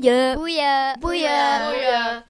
Boeien. Boeien. Boeien. Boeien.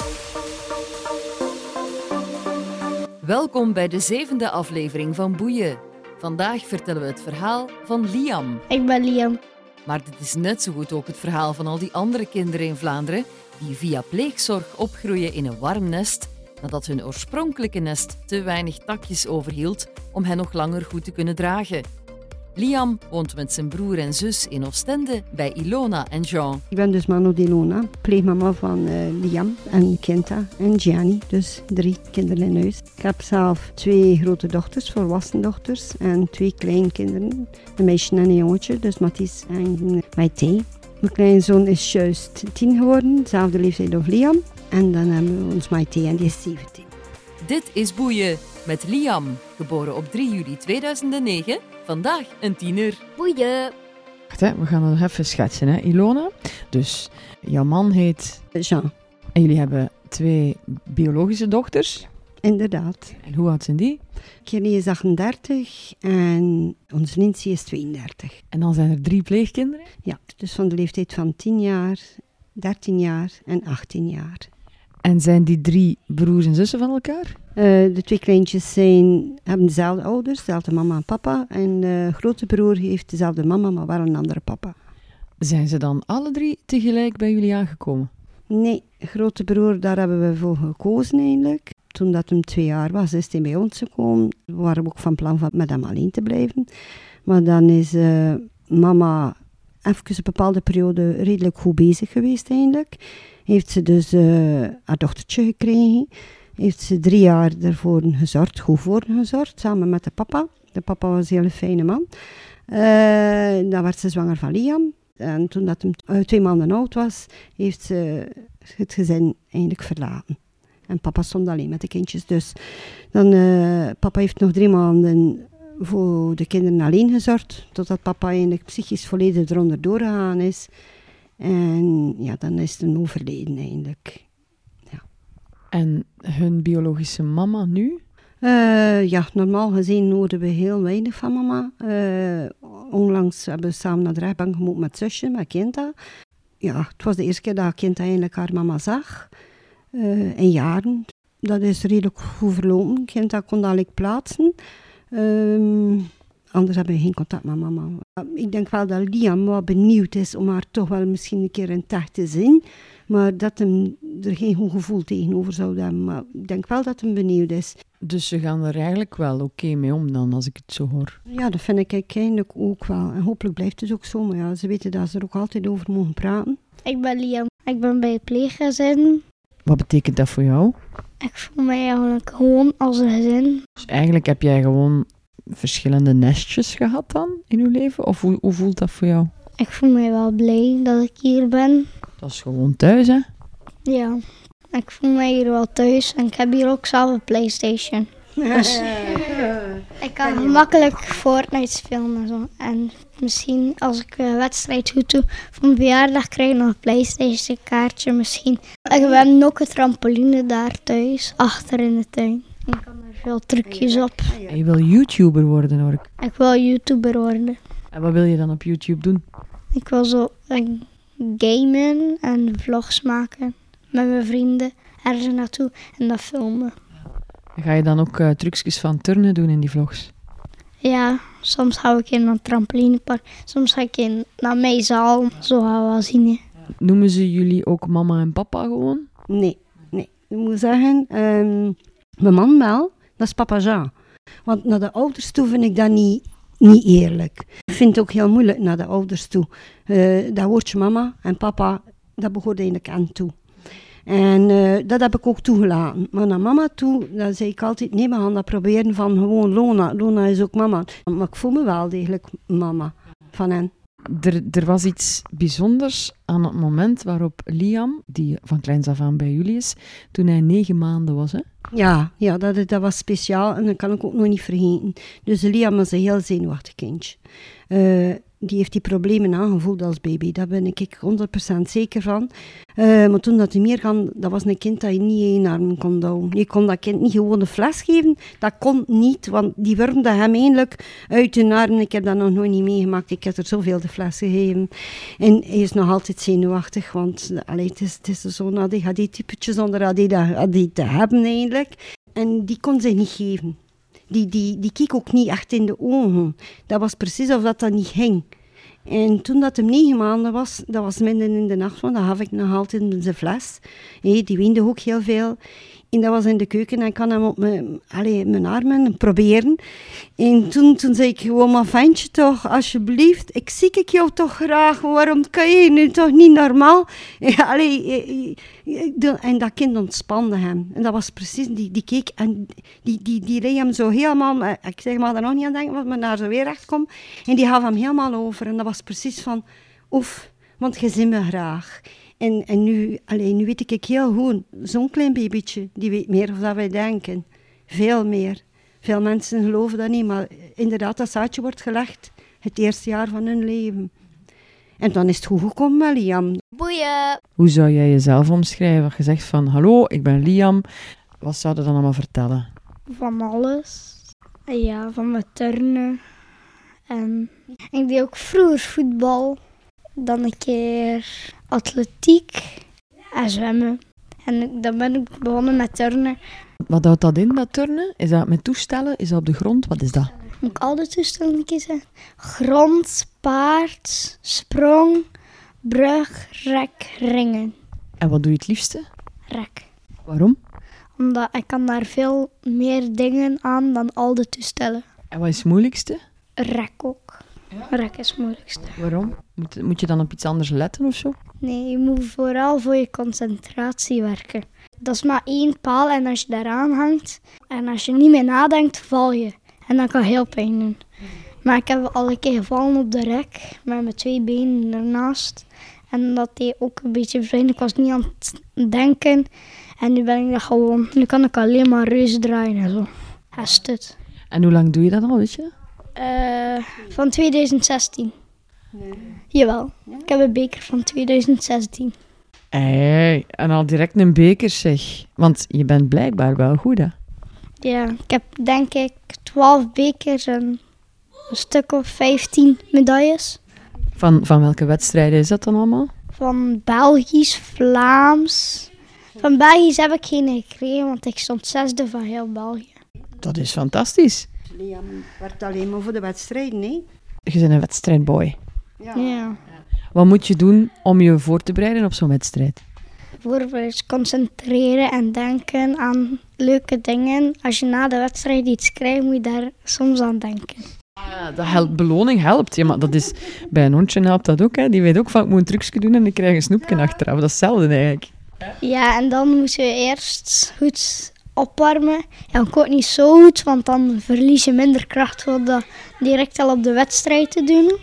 Welkom bij de 7e aflevering van Boeien. Vandaag vertellen we het verhaal van Liam. Ik ben Liam. Maar dit is net zo goed ook het verhaal van al die andere kinderen in Vlaanderen die via pleegzorg opgroeien in een warm nest nadat hun oorspronkelijke nest te weinig takjes overhield om hen nog langer goed te kunnen dragen. Liam woont met zijn broer en zus in Oostende bij Ilona en Jean. Ik ben dus Mano Ilona, pleegmama van Liam en Kinta en Gianni, dus 3 kinderen in huis. Ik heb zelf 2 grote dochters, volwassen dochters, en 2 kleinkinderen, een meisje en een jongetje, dus Mathies en Maite. Mijn kleinzoon is juist 10 geworden, dezelfde leeftijd als Liam. En dan hebben we ons Maite en die is 17. Dit is Boeien met Liam, geboren op 3 juli 2009, vandaag een tiener. Boeien. Wacht, hè, we gaan het nog even schetsen, hè. Ilona. Dus jouw man heet Jean, en jullie hebben 2 biologische dochters. inderdaad. En hoe oud zijn die? Kenny is 38 en onze Nancy is 32. En dan zijn er 3 pleegkinderen. Ja, dus van de leeftijd van 10 jaar, 13 jaar en 18 jaar. En zijn die 3 broers en zussen van elkaar? De 2 kleintjes hebben dezelfde ouders, dezelfde mama en papa. En de grote broer heeft dezelfde mama, maar wel een andere papa. Zijn ze dan alle 3 tegelijk bij jullie aangekomen? Nee, grote broer, daar hebben we voor gekozen eigenlijk. Toen dat hem 2 jaar was, is hij bij ons gekomen. We waren ook van plan van met hem alleen te blijven. Maar dan is mama even een bepaalde periode redelijk goed bezig geweest eigenlijk. Heeft ze dus haar dochtertje gekregen. Heeft ze 3 jaar ervoor gezorgd, goed voor gezorgd, samen met de papa. De papa was een hele fijne man. Dan werd ze zwanger van Liam. En toen dat hem 2 maanden oud was, heeft ze het gezin eigenlijk verlaten. En papa stond alleen met de kindjes. Dus dan, papa heeft nog 3 maanden voor de kinderen alleen gezorgd, totdat papa eigenlijk psychisch volledig eronder doorgegaan is. En ja, dan is het overleden eigenlijk. Ja. En hun biologische mama nu? Ja, normaal gezien hoorden we heel weinig van mama. Onlangs hebben we samen naar de rechtbank gemoeten met zusje, met Kinta. Ja, het was de eerste keer dat Kinta eigenlijk haar mama zag. In jaren. Dat is redelijk goed verlopen. Kinta kon dadelijk plaatsen. Anders hebben we geen contact met mama. Ik denk wel dat Liam wel benieuwd is om haar toch wel misschien een keer in tacht te zien. Maar dat hem er geen goed gevoel tegenover zou hebben. Maar ik denk wel dat hem benieuwd is. Dus ze gaan er eigenlijk wel oké mee om dan, als ik het zo hoor. Ja, dat vind ik eigenlijk ook wel. En hopelijk blijft het ook zo. Maar ja, ze weten dat ze er ook altijd over mogen praten. Ik ben Liam. Ik ben bij het pleeggezin. Wat betekent dat voor jou? Ik voel mij eigenlijk gewoon als een gezin. Dus eigenlijk heb jij gewoon verschillende nestjes gehad dan in je leven? Of hoe voelt dat voor jou? Ik voel mij wel blij dat ik hier ben. Dat is gewoon thuis, hè? Ja, ik voel mij hier wel thuis. En ik heb hier ook zelf een PlayStation. Dus ik kan gemakkelijk Fortnite spelen en zo. En misschien als ik een wedstrijd goed doe voor mijn verjaardag krijg ik nog een PlayStation kaartje misschien. En we hebben ook een trampoline daar thuis, achter in de tuin. Ik kan er veel trucjes op. En je wil YouTuber worden, hoor ik. Ik wil YouTuber worden. En wat wil je dan op YouTube doen? Ik wil zo gamen en vlogs maken met mijn vrienden. Ergens naartoe en dat filmen. Ga je dan ook trucjes van turnen doen in die vlogs? Ja, soms ga ik in een trampolinepark. Soms ga ik naar mijn zaal. Zo gaan we wel zien. Hè. Noemen ze jullie ook mama en papa gewoon? Nee. Ik moet zeggen, mijn man wel, dat is papa Jean. Want naar de ouders toe vind ik dat niet eerlijk. Ik vind het ook heel moeilijk naar de ouders toe. Dat woordje mama en papa, dat behoort eigenlijk aan toe. En dat heb ik ook toegelaten. Maar naar mama toe, dan zei ik altijd, nee, we gaan dat proberen van gewoon Lona. Lona is ook mama. Maar ik voel me wel degelijk mama van hen. Er was iets bijzonders aan het moment waarop Liam, die van kleins af aan bij jullie is, toen hij 9 maanden was, hè? Ja, dat was speciaal en dat kan ik ook nog niet vergeten. Dus Liam was een heel zenuwachtig kindje. Die heeft die problemen aangevoeld als baby. Daar ben ik 100% zeker van. Maar toen dat hij meer kan, dat was een kind dat je niet in je armen kon houden. Je kon dat kind niet gewoon een fles geven. Dat kon niet, want die wurmde hem eindelijk uit de armen. Ik heb dat nog nooit niet meegemaakt. Ik heb er zoveel de fles gegeven. En hij is nog altijd zenuwachtig, want het is zo'n ADHD-typetje zonder ADHD te hebben eigenlijk. En die kon zich niet geven. Die keek ook niet echt in de ogen. Dat was precies of dat niet ging. En toen dat hem 9 maanden was, dat was midden in de nacht, want dan gaf ik nog altijd in zijn fles. Die weende ook heel veel. En dat was in de keuken en ik kan hem op mijn armen proberen. En toen zei ik gewoon, maar ventje toch, alsjeblieft, ik zie jou toch graag, waarom kan je nu toch niet normaal? En dat kind ontspande hem. En dat was precies, die keek en die reed hem zo helemaal, ik zeg maar daar nog niet aan denken, want mijn naar zo weer recht komt. En die gaf hem helemaal over en dat was precies van, oef, want je ziet me graag. En nu weet ik heel goed, zo'n klein babytje, die weet meer of dat wij denken. Veel meer. Veel mensen geloven dat niet, maar inderdaad, dat zaadje wordt gelegd het eerste jaar van hun leven. En dan is het goed gekomen met Liam. Boeien! Hoe zou jij jezelf omschrijven? Je zegt van, hallo, ik ben Liam. Wat zou je dan allemaal vertellen? Van alles. Ja, van mijn turnen. En ik deed ook vroeger voetbal. Dan een keer atletiek en zwemmen. En dan ben ik begonnen met turnen. Wat houdt dat in, dat turnen? Is dat met toestellen? Is dat op de grond? Wat is dat? Moet ik al de toestellen kiezen? Grond, paard, sprong, brug, rek, ringen. En wat doe je het liefste? Rek. Waarom? Omdat ik kan daar veel meer dingen aan dan al de toestellen. En wat is het moeilijkste? Rek ook. Rek is het moeilijkste. Waarom? Moet je dan op iets anders letten of zo? Nee, je moet vooral voor je concentratie werken. Dat is maar 1 paal en als je daaraan hangt en als je niet meer nadenkt, val je. En dat kan heel pijn doen. Maar ik heb al een keer gevallen op de rek met mijn 2 benen ernaast. En dat deed ook een beetje vreemd. Ik was niet aan het denken. En nu ben ik dat gewoon. Nu kan ik alleen maar reus draaien en zo. Dat is het. En hoe lang doe je dat al, weet je? Van 2016. Nee. Jawel, ik heb een beker van 2016. Hey, en al direct een beker zeg. Want je bent blijkbaar wel goed, hè? Ja, ik heb denk ik 12 bekers en een stuk of 15 medailles. Van welke wedstrijden is dat dan allemaal? Van Belgisch, Vlaams. Van Belgisch heb ik geen gekregen, want ik stond 6e van heel België. Dat is fantastisch. Liam werd alleen maar voor de wedstrijd, nee? Je bent een wedstrijdboy. Ja. Wat moet je doen om je voor te bereiden op zo'n wedstrijd? Bijvoorbeeld concentreren en denken aan leuke dingen. Als je na de wedstrijd iets krijgt, moet je daar soms aan denken. Dat helpt, beloning helpt. Ja, maar dat is, bij een hondje helpt dat ook. Hè. Die weet ook van, ik moet een trucje doen en ik krijg een snoepje achteraf. Dat is hetzelfde eigenlijk. Ja, en dan moet je eerst goed opwarmen. Ja, ook niet zo goed, want dan verlies je minder kracht voor dat direct al op de wedstrijd te doen.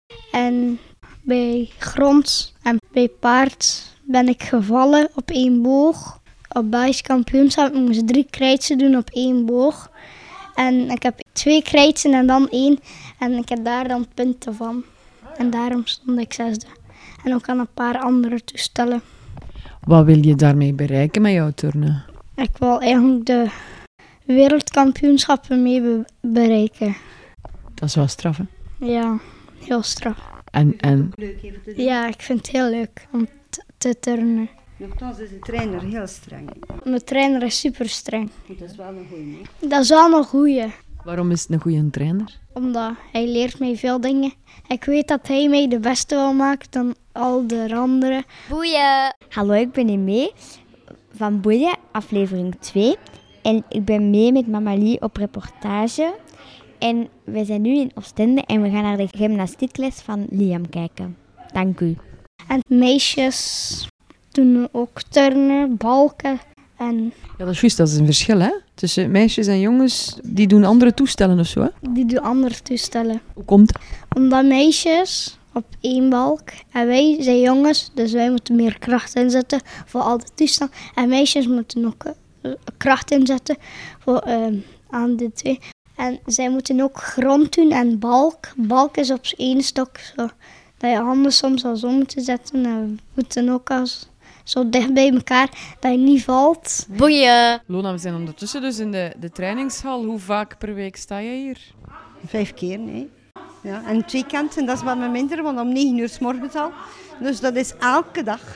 En bij grond en bij paard ben ik gevallen op 1 boog. Op Belgisch kampioenschap moest ik 3 krijtsen doen op 1 boog. En ik heb 2 krijtsen en dan 1. En ik heb daar dan punten van. En daarom stond ik 6e. En ook aan een paar andere toestellen. Wat wil je daarmee bereiken met jouw turnen? Ik wil eigenlijk de wereldkampioenschappen mee bereiken. Dat is wel straf, hè? Ja, heel straf. En Ja, ik vind het heel leuk om te turnen. Nochtans is de trainer heel streng. Mijn trainer is super streng. Dat is wel een goeie, Dat is wel een goeie. waarom is het een goede trainer? Omdat hij leert mij veel dingen. Ik weet dat hij mij de beste wil maken dan al de anderen. Boeien! Hallo, ik ben Emee van Boeien, aflevering 2. En ik ben mee met Mama Lie op reportage. En we zijn nu in Oostende en we gaan naar de gymnastiekles van Liam kijken. Dank u. En meisjes doen ook turnen, balken en Ja, dat is juist. Dat is een verschil, hè? Tussen meisjes en jongens, die doen andere toestellen of zo, hè? die doen andere toestellen. Hoe komt dat? Omdat meisjes op 1 balk en wij zijn jongens, dus wij moeten meer kracht inzetten voor al de toestanden. En meisjes moeten ook kracht inzetten voor, aan de 2. En zij moeten ook grond doen en balk. Balk is op 1 stok, zo, dat je handen soms al zo moeten zetten. En voeten ook zo dicht bij elkaar, dat je niet valt. Boeien! Lona, we zijn ondertussen dus in de trainingshal. Hoe vaak per week sta jij hier? 5 keer, nee. Ja, en het weekend, en dat is wat minder, want om 9 uur 's morgens al. Dus dat is elke dag.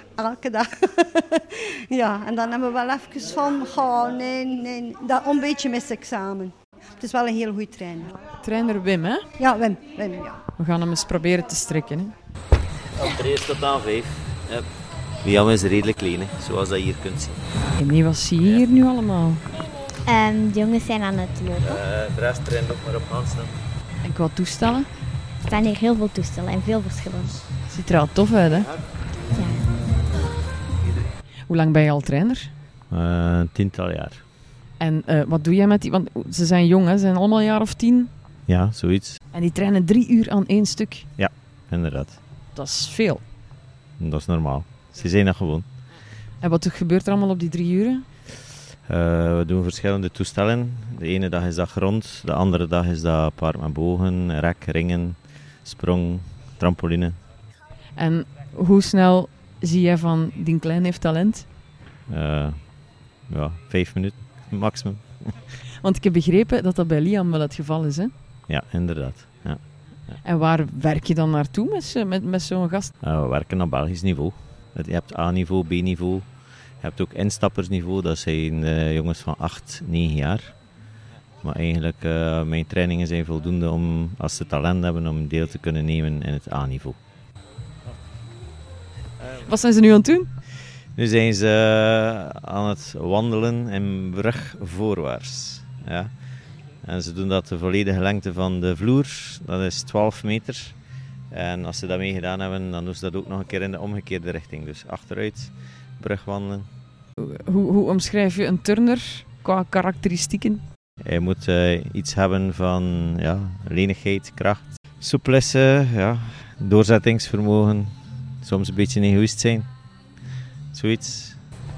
Ja, en dan hebben we wel even van, nee, dat een beetje mis examen. Het is wel een heel goede trainer. Trainer Wim, hè? Ja, Wim, ja. We gaan hem eens proberen te strikken, hè? Van 3 tot aan 5. Ja. Liam is redelijk klein, hè, zoals dat je hier kunt zien. En nee, wat zie je hier nu allemaal? De jongens zijn aan het lopen. De rest traint ook maar op handstand. En qua toestellen? Er staan hier heel veel toestellen en veel verschillende. Ziet er al tof uit, hè? Ja. Hoe lang ben je al trainer? 10 jaar. En wat doe jij met die? Want ze zijn jong, hè? Ze zijn allemaal een jaar of 10. Ja, zoiets. En die trainen 3 uur aan 1 stuk. Ja, inderdaad. Dat is veel. Dat is normaal. Ze zijn dat gewoon. En wat gebeurt er allemaal op die 3 uren? We doen verschillende toestellen. De ene dag is dat grond, de andere dag is dat paard met bogen, rek, ringen, sprong, trampoline. En hoe snel zie jij van, die klein heeft talent? Ja, 5 minuten maximum. Want ik heb begrepen dat dat bij Liam wel het geval is, hè? Ja, inderdaad. Ja. En waar werk je dan naartoe met zo'n gast? We werken op Belgisch niveau. Je hebt A-niveau, B-niveau. Je hebt ook instappersniveau, dat zijn jongens van 8, 9 jaar. Maar eigenlijk, mijn trainingen zijn voldoende om, als ze talent hebben, om deel te kunnen nemen in het A-niveau. Wat zijn ze nu aan het doen? Nu zijn ze aan het wandelen in brug voorwaarts. Ja. En ze doen dat de volledige lengte van de vloer, dat is 12 meter. En als ze dat mee gedaan hebben, dan doen ze dat ook nog een keer in de omgekeerde richting. Dus achteruit, brugwandelen. Hoe omschrijf je een turner qua karakteristieken? Je moet iets hebben van lenigheid, kracht, souplesse, doorzettingsvermogen. Soms een beetje egoïst zijn. Zoiets.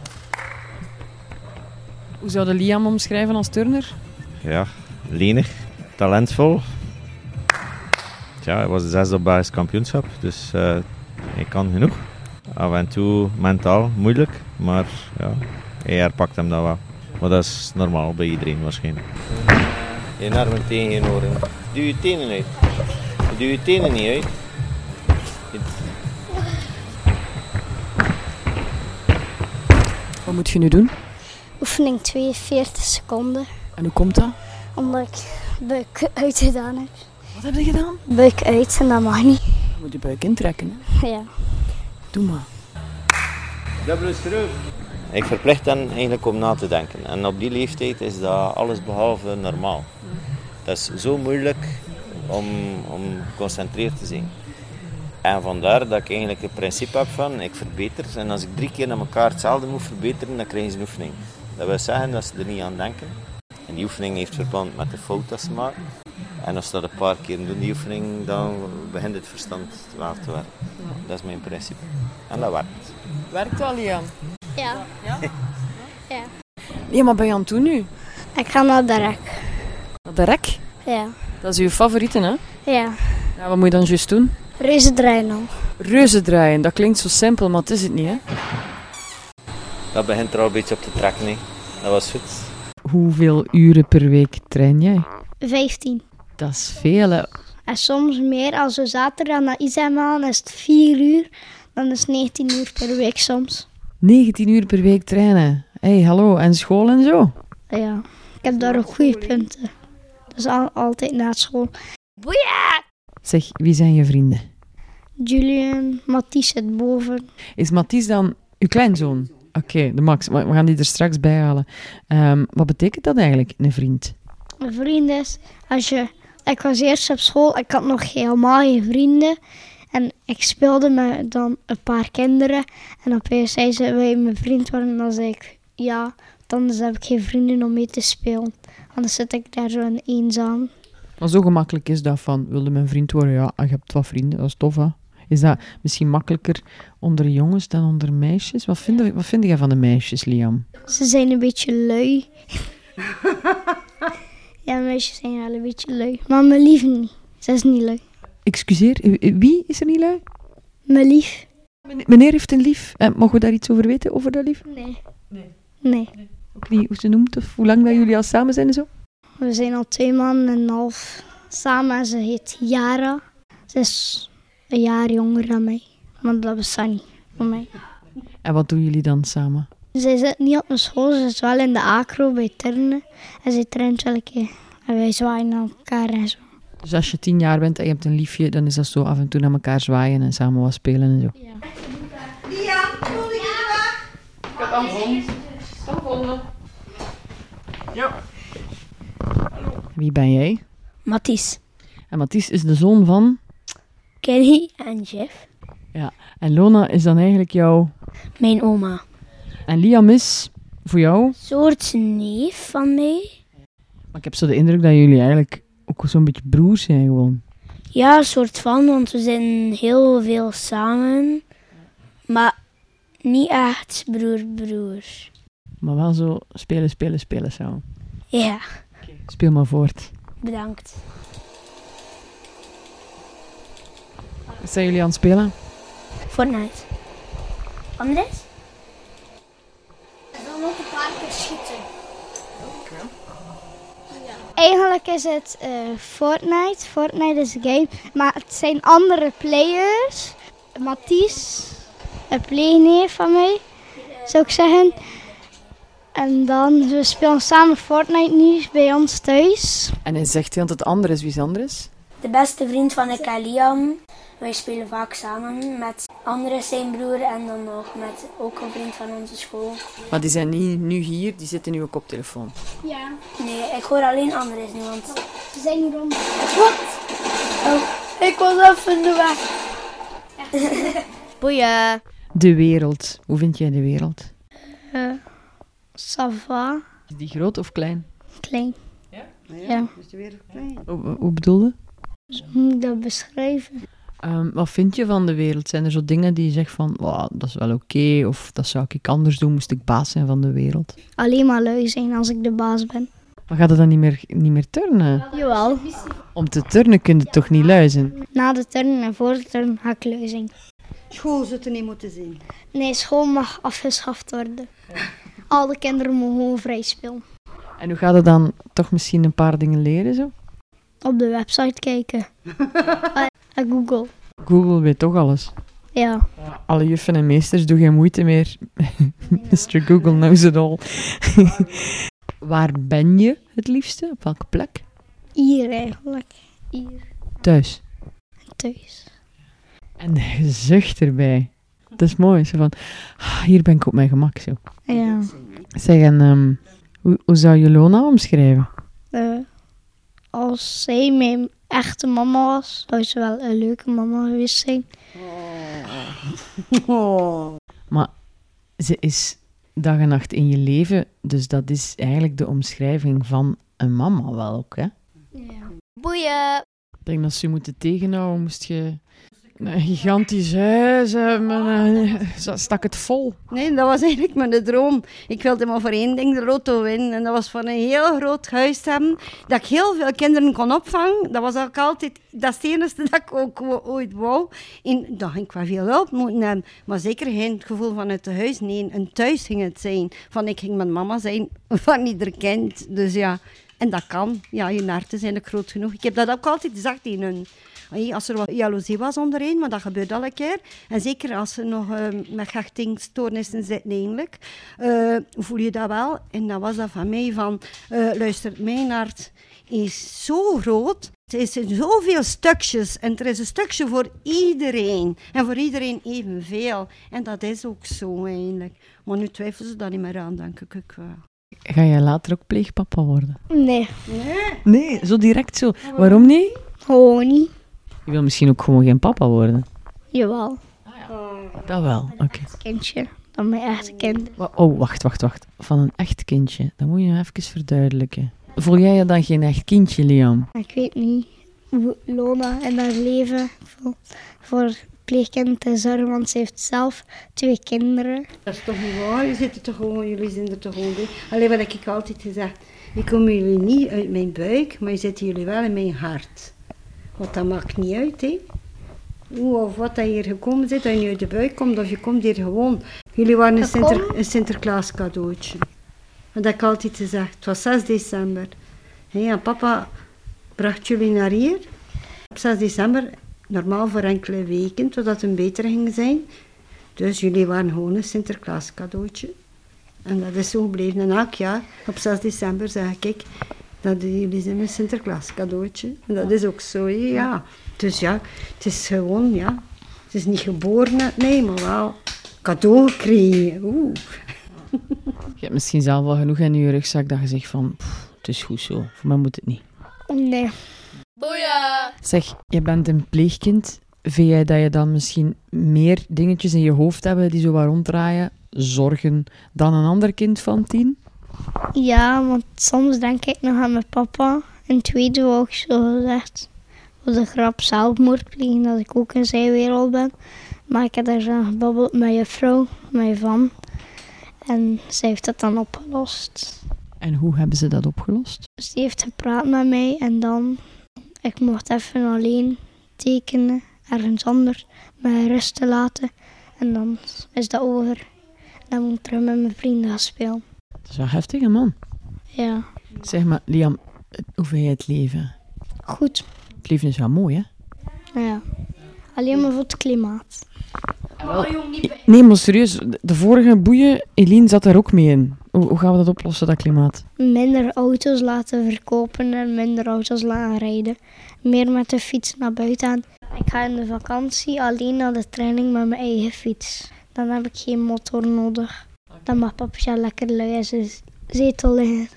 Hoe zou de Liam omschrijven als turner? Ja, lenig, talentvol. Ja, hij was de 6e op Belgisch kampioenschap, dus hij kan genoeg. Af en toe mentaal moeilijk, maar ja, hij herpakt hem dat wel. Maar dat is normaal bij iedereen waarschijnlijk. Je armen tegen je oren. Duw je tenen uit. Duw je tenen niet uit. Wat moet je nu doen? Oefening 42 seconden. En hoe komt dat? Omdat ik buik uit gedaan heb. Wat heb je gedaan? Buik uit en dat mag niet. Je moet je buik intrekken, hè? Ja. Doe maar. Dubbele schroef. Ik verplicht hen eigenlijk om na te denken. En op die leeftijd is dat alles behalve normaal. Dat is zo moeilijk om geconcentreerd te zijn. En vandaar dat ik eigenlijk het principe heb van, ik verbeter. En als ik 3 keer naar elkaar hetzelfde moet verbeteren, dan krijgen ze een oefening. Dat wil zeggen dat ze er niet aan denken. En die oefening heeft verband met de fout dat ze maken. En als ze dat een paar keer doen, die oefening, dan begint het verstand wel te werken. Dat is mijn principe. En dat werkt. Werkt wel, Liam? Ja. Ja. Ja, maar ben je aan het doen nu? Ik ga naar de rek. Naar de rek? Ja. Dat is uw favoriete, hè? Ja. Ja, wat moet je dan juist doen? Reuzen draaien al. Reuzen draaien, dat klinkt zo simpel, maar het is het niet, hè? Dat begint er al een beetje op te trekken. Hè. Dat was goed. Hoeveel uren per week train jij? 15. Dat is veel, hè? En soms meer. Als we zaterdag naar Isem gaan, is het 4 uur. Dan is het 19 uur per week soms. 19 uur per week trainen. Hé, hallo, en school en zo? Ja. Ik heb daar ook goede punten. Dus altijd na school. Boeien! Zeg, wie zijn je vrienden? Julian, Mathies zit boven. Is Mathies dan uw kleinzoon? Oké, de Max. We gaan die er straks bij halen. Wat betekent dat eigenlijk, een vriend? Een vriend is, ik was eerst op school, ik had nog helemaal geen vrienden. En ik speelde met dan een paar kinderen. En opeens zei ze, wil je mijn vriend worden? En dan zei ik, ja, anders heb ik geen vrienden om mee te spelen. Anders zit ik daar zo eenzaam. Maar zo gemakkelijk is dat van, wilde mijn vriend worden? Ja, je hebt wat vrienden, dat is tof, hè? Is dat misschien makkelijker onder jongens dan onder meisjes? Wat vind jij van de meisjes, Liam? Ze zijn een beetje lui. Ja, meisjes zijn wel een beetje lui. Maar mijn lief niet. Ze is niet lui. Excuseer, wie is er niet lui? Mijn lief? Meneer heeft een lief. Mogen we daar iets over weten, over dat lief? Nee. Ook niet hoe ze noemt of hoe lang dat jullie al samen zijn en zo? We zijn al 2 maanden en een half samen en ze heet Yara. Ze is een jaar jonger dan mij. Maar dat bestaat niet voor mij. En wat doen jullie dan samen? Zij zit niet op mijn school, ze is wel in de acro bij turnen. En zij traint wel een keer. En wij zwaaien naar elkaar en zo. Dus als je 10 jaar bent en je hebt een liefje, dan is dat zo af en toe naar elkaar zwaaien en samen wat spelen en zo. Ja. Ik heb aan vonden. Ja. Wie ben jij? Mathies, En Mathies is de zoon van... Kenny en Jeff. Ja. En Lona is dan eigenlijk jouw... Mijn oma. En Liam is voor jou... Soort neef van mij. Maar ik heb zo de indruk dat jullie eigenlijk ook zo'n beetje broers zijn gewoon. Ja, soort van, want we zijn heel veel samen. Maar niet echt broer. Maar wel zo spelen samen. Ja, Speel maar voort. bedankt. Wat zijn jullie aan het spelen? Fortnite. Andres? En dan ook een paar keer schieten. Eigenlijk is het Fortnite. Fortnite is een game, maar het zijn andere players. Mathies, een playneef van mij, zou ik zeggen. En dan, we spelen samen Fortnite nu bij ons thuis. En hij zegt heel dat het Andres. Wie is Andres? De beste vriend van ik en Liam. Wij spelen vaak samen met Andres zijn broer en dan nog met ook een vriend van onze school. Maar die zijn niet nu hier, die zitten nu ook op telefoon. Ja, Nee, ik hoor alleen Andres nu, want... ze zijn hier rond. Wat? Oh, ik was even in de weg. Boeien. De wereld. Hoe vind jij de wereld? Ça va, Is die groot of klein? klein. Ja. Is de wereld klein? Hoe bedoel je? Zo moet ik dat beschrijven. Wat vind je van de wereld? Zijn er zo dingen die je zegt van, wow, dat is wel oké, of dat zou ik anders doen, moest ik baas zijn van de wereld? Alleen maar lui zijn als ik de baas ben. Maar gaat het dan niet meer turnen? Jawel. Om te turnen kun je toch niet lui zijn? Na de turn en voor de turn ga ik lui zijn. School zou er niet moeten zijn. Nee, school mag afgeschaft worden. Alle kinderen mogen gewoon vrij spelen. En hoe gaat het dan toch misschien een paar dingen leren zo? Op de website kijken. En Google. Google weet toch alles. Ja. Alle juffen en meesters, doe geen moeite meer. Mr. Google knows it all. Waar ben je het liefste? Op welke plek? Hier eigenlijk. Hier. Thuis. Thuis. En je zucht erbij. Dat is mooi. Zo van, hier ben ik op mijn gemak. Zo. Ja. Zeg, en hoe zou je Lona omschrijven? Als zij mijn echte mama was, zou ze wel een leuke mama geweest zijn. Maar ze is dag en nacht in je leven, dus dat is eigenlijk de omschrijving van een mama wel ook, hè? Ja. Boeien. Ik denk dat ze je moeten tegenhouden, moest je een gigantisch huis hebben, stak het vol. Nee, dat was eigenlijk mijn droom. Ik wilde maar voor één ding de lotto winnen. En dat was voor een heel groot huis te hebben, dat ik heel veel kinderen kon opvangen. Dat was ook altijd, dat is het enige dat ik ook ooit wou. En dan ging ik wel veel hulp moeten hebben. Maar zeker geen gevoel van het huis. Nee, een thuis ging het zijn. Van ik ging mijn mama zijn van ieder kind. Dus ja, en dat kan. Ja, je hart is eigenlijk groot genoeg. Ik heb dat ook altijd gezegd in hun. Als er wat jaloezie was onderheen, maar dat gebeurt al een keer. En zeker als ze nog met hechtingstoornissen zitten eigenlijk, voel je dat wel. En dat was dat van mij van, luister, mijn hart is zo groot. Het is in zoveel stukjes en er is een stukje voor iedereen. En voor iedereen evenveel. En dat is ook zo eigenlijk. Maar nu twijfelen ze daar niet meer aan, denk ik ook wel. Ga jij later ook pleegpapa worden? Nee, Nee, zo direct zo. Waarom niet? gewoon niet. Je wil misschien ook gewoon geen papa worden. Jawel, Dat wel, oké. kindje. Dan mijn echte kind. Oh, wacht. Van een echt kindje. Dat moet je even verduidelijken. Voel jij je dan geen echt kindje, Liam? Ik weet niet hoe Lona in haar leven voor verpleegkind te zorgen, want ze heeft zelf 2 kinderen. Dat is toch niet waar? Jullie zijn er toch gewoon bij. Alleen wat ik altijd gezegd, ik kom jullie niet uit mijn buik, maar je zitten jullie wel in mijn hart. Want dat maakt niet uit, hè. Hoe of wat dat je hier gekomen zit, dat je niet uit de buik komt, of je komt hier gewoon. Jullie waren een Sinterklaas cadeautje. Dat heb ik altijd gezegd. Het was 6 december. En papa bracht jullie naar hier. Op 6 december, normaal voor enkele weken, totdat het beter ging zijn. Dus jullie waren gewoon een Sinterklaas cadeautje. En dat is zo gebleven. En elk jaar, op 6 december, zeg ik dat jullie zijn een Sinterklaas cadeautje. En dat is ook zo, ja. Dus ja, het is gewoon, ja. Het is niet geboren uit mij, maar wel cadeau gekregen. Oeh. Je hebt misschien zelf wel genoeg in je rugzak dat je zegt van, het is goed zo, voor mij moet het niet. Nee. Boeien! Zeg, je bent een pleegkind. Vind jij dat je dan misschien meer dingetjes in je hoofd hebt die zo wat ronddraaien, zorgen, dan een ander kind van 10? Ja, want soms denk ik nog aan mijn papa. En tweede ook zo gezegd, voor de grap zelfmoord plegen, dat ik ook in zijn wereld ben. Maar ik heb daar zo gebabbeld met je vrouw, met je van. En zij heeft dat dan opgelost. En hoe hebben ze dat opgelost? Dus die heeft gepraat met mij en dan, ik mocht even alleen tekenen, ergens anders, me rust te laten. En dan is dat over. Dan moet ik terug met mijn vrienden gaan spelen. Dat is wel heftig, hè, man. Ja, Zeg maar, Liam, hoe vind jij het leven? goed. Het leven is wel mooi, hè? Ja. Alleen maar voor het klimaat. Nee, maar serieus, de vorige boeien, Eline zat daar ook mee in. Hoe gaan we dat oplossen, dat klimaat? Minder auto's laten verkopen en minder auto's laten rijden. Meer met de fiets naar buiten gaan. Ik ga in de vakantie alleen naar de training met mijn eigen fiets. Dan heb ik geen motor nodig. Dan mag papa lekker lui in zijn zetel liggen.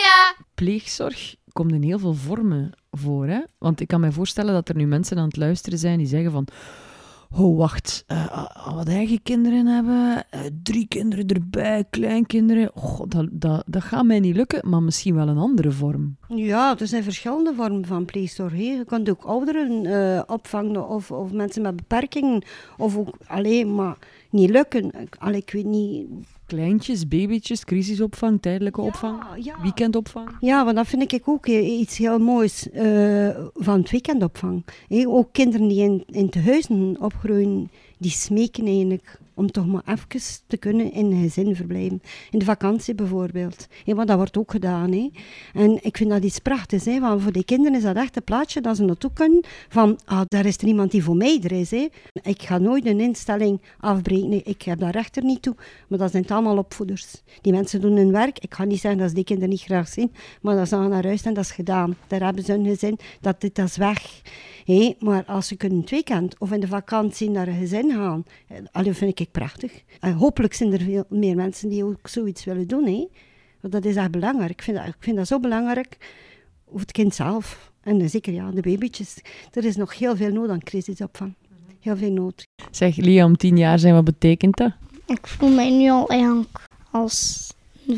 Pleegzorg komt in heel veel vormen voor, hè? Want ik kan me voorstellen dat er nu mensen aan het luisteren zijn die zeggen van... Oh, wacht, wat eigen kinderen hebben, 3 kinderen erbij, kleinkinderen. Oh, dat gaat mij niet lukken, maar misschien wel een andere vorm. Ja, er zijn verschillende vormen van pleegzorg. Hè. Je kunt ook ouderen opvangen of mensen met beperkingen. Of ook alleen maar niet lukken. Ik weet niet... Kleintjes, babytjes, crisisopvang, tijdelijke opvang, weekendopvang. Ja, want dat vind ik ook iets heel moois van het weekendopvang. Ook kinderen die in tehuizen opgroeien, die smeken eigenlijk om toch maar even te kunnen in een gezin verblijven. In de vakantie bijvoorbeeld. Want dat wordt ook gedaan. En ik vind dat iets prachtigs. Want voor die kinderen is dat echt een plaatje dat ze naartoe kunnen van, daar is er iemand die voor mij er is. Ik ga nooit een instelling afbreken. Nee, ik heb daar recht er niet toe. Maar dat zijn allemaal opvoeders. Die mensen doen hun werk. Ik ga niet zeggen dat ze die kinderen niet graag zien, maar dat ze gaan naar huis en dat is gedaan. Daar hebben ze hun gezin. Dat is weg. Maar als ze kunnen het weekend of in de vakantie naar een gezin gaan, dat vind ik prachtig. Hopelijk zijn er veel meer mensen die ook zoiets willen doen. Want dat is echt belangrijk. Ik vind dat zo belangrijk voor het kind zelf. En zeker de babytjes. Er is nog heel veel nood aan crisisopvang. Heel veel nood. Zeg, Liam, 10 jaar zijn, wat betekent dat? Ik voel mij nu al eigenlijk als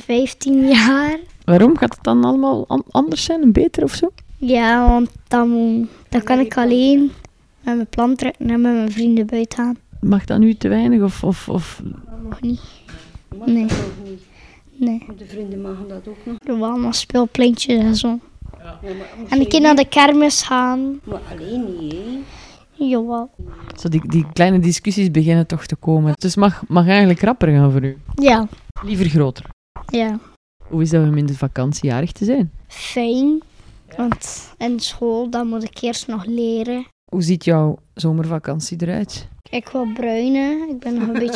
15 jaar. Waarom? Gaat het dan allemaal anders zijn en beter of zo? Ja, want dan kan ik alleen met mijn plan trekken en met mijn vrienden buiten gaan. Mag dat nu te weinig of... Dat mag niet. Nee. Nee. De vrienden mogen dat ook nog. Er waren allemaal speelpleintjes en zo. Ja, En ik kan naar de kermis gaan. Maar alleen niet, Jawel. Zo die kleine discussies beginnen toch te komen. Dus mag eigenlijk rapper gaan voor u? Ja. Liever groter. Ja. Hoe is dat om in de vakantie jarig te zijn? Fijn. Want in school, dan moet ik eerst nog leren. Hoe ziet jouw zomervakantie eruit? Ik wil bruinen. Ik ben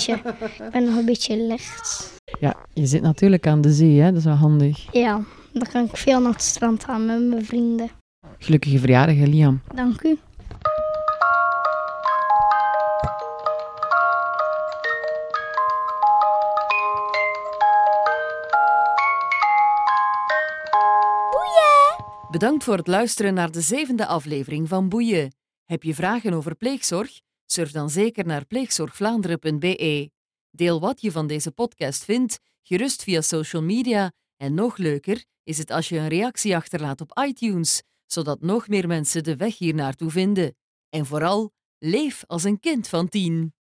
nog een beetje licht. Ja, je zit natuurlijk aan de zee, hè? Dat is wel handig. Ja, dan kan ik veel naar het strand gaan met mijn vrienden. Gelukkige verjaardag, hè, Liam. Dank u. Bedankt voor het luisteren naar de 7e aflevering van Boeien. Heb je vragen over pleegzorg? Surf dan zeker naar pleegzorgvlaanderen.be. Deel wat je van deze podcast vindt, gerust via social media. En nog leuker is het als je een reactie achterlaat op iTunes, zodat nog meer mensen de weg hier naartoe vinden. En vooral, Leef als een kind van 10.